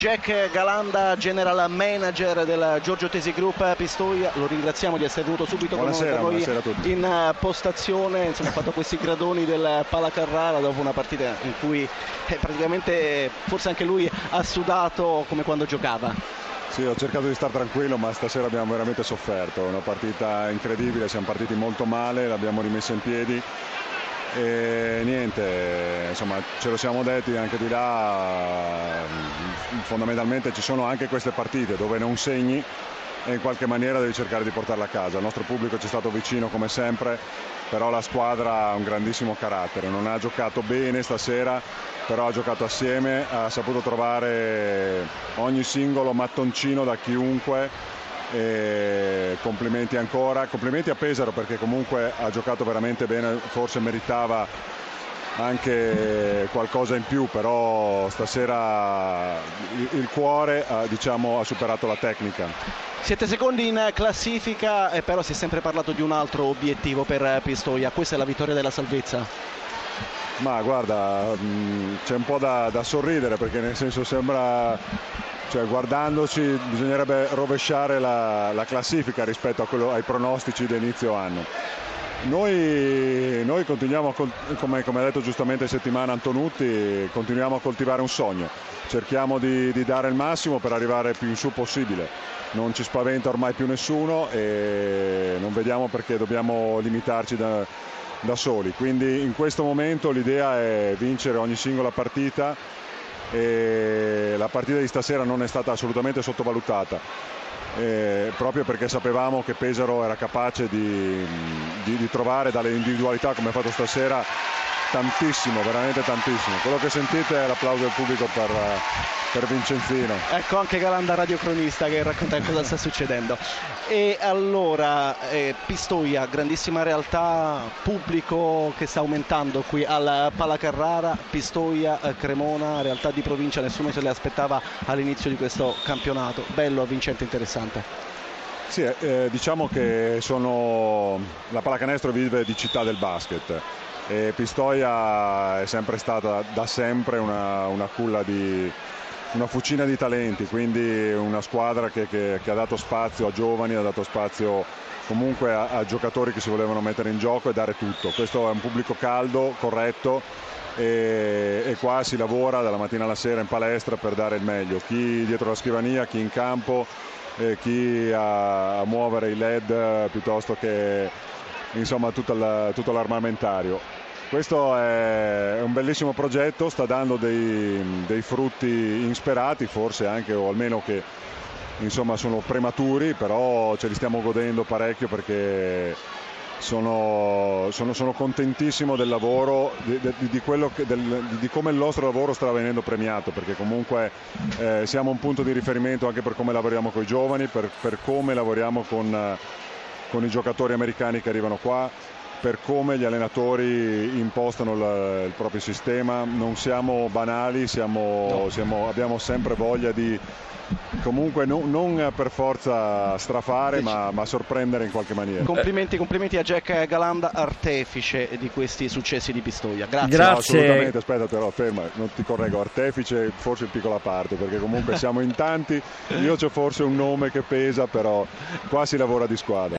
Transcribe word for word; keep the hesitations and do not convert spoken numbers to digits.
Jack Galanda, general manager del Giorgio Tesi Group Pistoia, lo ringraziamo di essere venuto subito buonasera, con noi a tutti. in postazione. Insomma, ha fatto questi gradoni del Pala Carrara dopo una partita in cui eh, praticamente forse anche lui ha sudato come quando giocava. Sì, ho cercato di stare tranquillo, ma stasera abbiamo veramente sofferto. Una partita incredibile, siamo partiti molto male, l'abbiamo rimessa in piedi. E niente, insomma, ce lo siamo detti anche di là. Fondamentalmente ci sono anche queste partite dove non segni e in qualche maniera devi cercare di portarla a casa. Il nostro pubblico ci è stato vicino come sempre, però la squadra ha un grandissimo carattere, non ha giocato bene stasera, però ha giocato assieme, ha saputo trovare ogni singolo mattoncino da chiunque. E complimenti ancora, complimenti a Pesaro perché comunque ha giocato veramente bene, forse meritava anche qualcosa in più, però stasera il cuore ha, diciamo, ha superato la tecnica. Siete secondi in classifica, eh, però si è sempre parlato di un altro obiettivo per Pistoia, questa è la vittoria della salvezza. Ma guarda, c'è un po' da, da sorridere perché nel senso sembra... Cioè, guardandoci bisognerebbe rovesciare la, la classifica rispetto a quello, ai pronostici di inizio anno. Noi, noi continuiamo, a, come, come ha detto giustamente settimana Antonutti, continuiamo a coltivare un sogno. Cerchiamo di, di dare il massimo per arrivare più in su possibile. Non ci spaventa ormai più nessuno e non vediamo perché dobbiamo limitarci da, da soli. Quindi in questo momento l'idea è vincere ogni singola partita. E la partita di stasera non è stata assolutamente sottovalutata, eh, proprio perché sapevamo che Pesaro era capace di, di, di trovare dalle individualità come ha fatto stasera tantissimo, veramente tantissimo. Quello che sentite è l'applauso del pubblico per, per Vincenzino. Ecco anche Galanda radiocronista che racconta cosa sta succedendo. E allora eh, Pistoia, grandissima realtà, pubblico che sta aumentando qui al Pala Carrara, Pistoia, eh, Cremona, realtà di provincia, nessuno se le aspettava all'inizio di questo campionato, bello, avvincente, interessante. Sì, eh, diciamo che sono... la pallacanestro vive di città del basket. E Pistoia è sempre stata da sempre una, una culla di una fucina di talenti, quindi una squadra che, che, che ha dato spazio a giovani, ha dato spazio comunque a, a giocatori che si volevano mettere in gioco e dare tutto. Questo è un pubblico caldo, corretto e, e qua si lavora dalla mattina alla sera in palestra per dare il meglio, chi dietro la scrivania, chi in campo, eh, chi a, a muovere i led piuttosto che insomma tutto, la, tutto l'armamentario. Questo è un bellissimo progetto, sta dando dei, dei frutti insperati, forse anche o almeno che insomma sono prematuri, però ce li stiamo godendo parecchio perché sono, sono, sono contentissimo del lavoro, di, di, di, quello che, del, di come il nostro lavoro sta venendo premiato, perché comunque eh, siamo un punto di riferimento anche per come lavoriamo con i giovani, per, per come lavoriamo con, con i giocatori americani che arrivano qua, per come gli allenatori impostano la, il proprio sistema. Non siamo banali, siamo, no. siamo, abbiamo sempre voglia di comunque no, non per forza strafare ma, ma sorprendere in qualche maniera. Complimenti, complimenti a Jack Galanda, artefice di questi successi di Pistoia. Grazie. Grazie. No, assolutamente, aspetta però, ferma, non ti correggo, artefice forse in piccola parte perché comunque siamo in tanti, io c'ho forse un nome che pesa, però qua si lavora di squadra.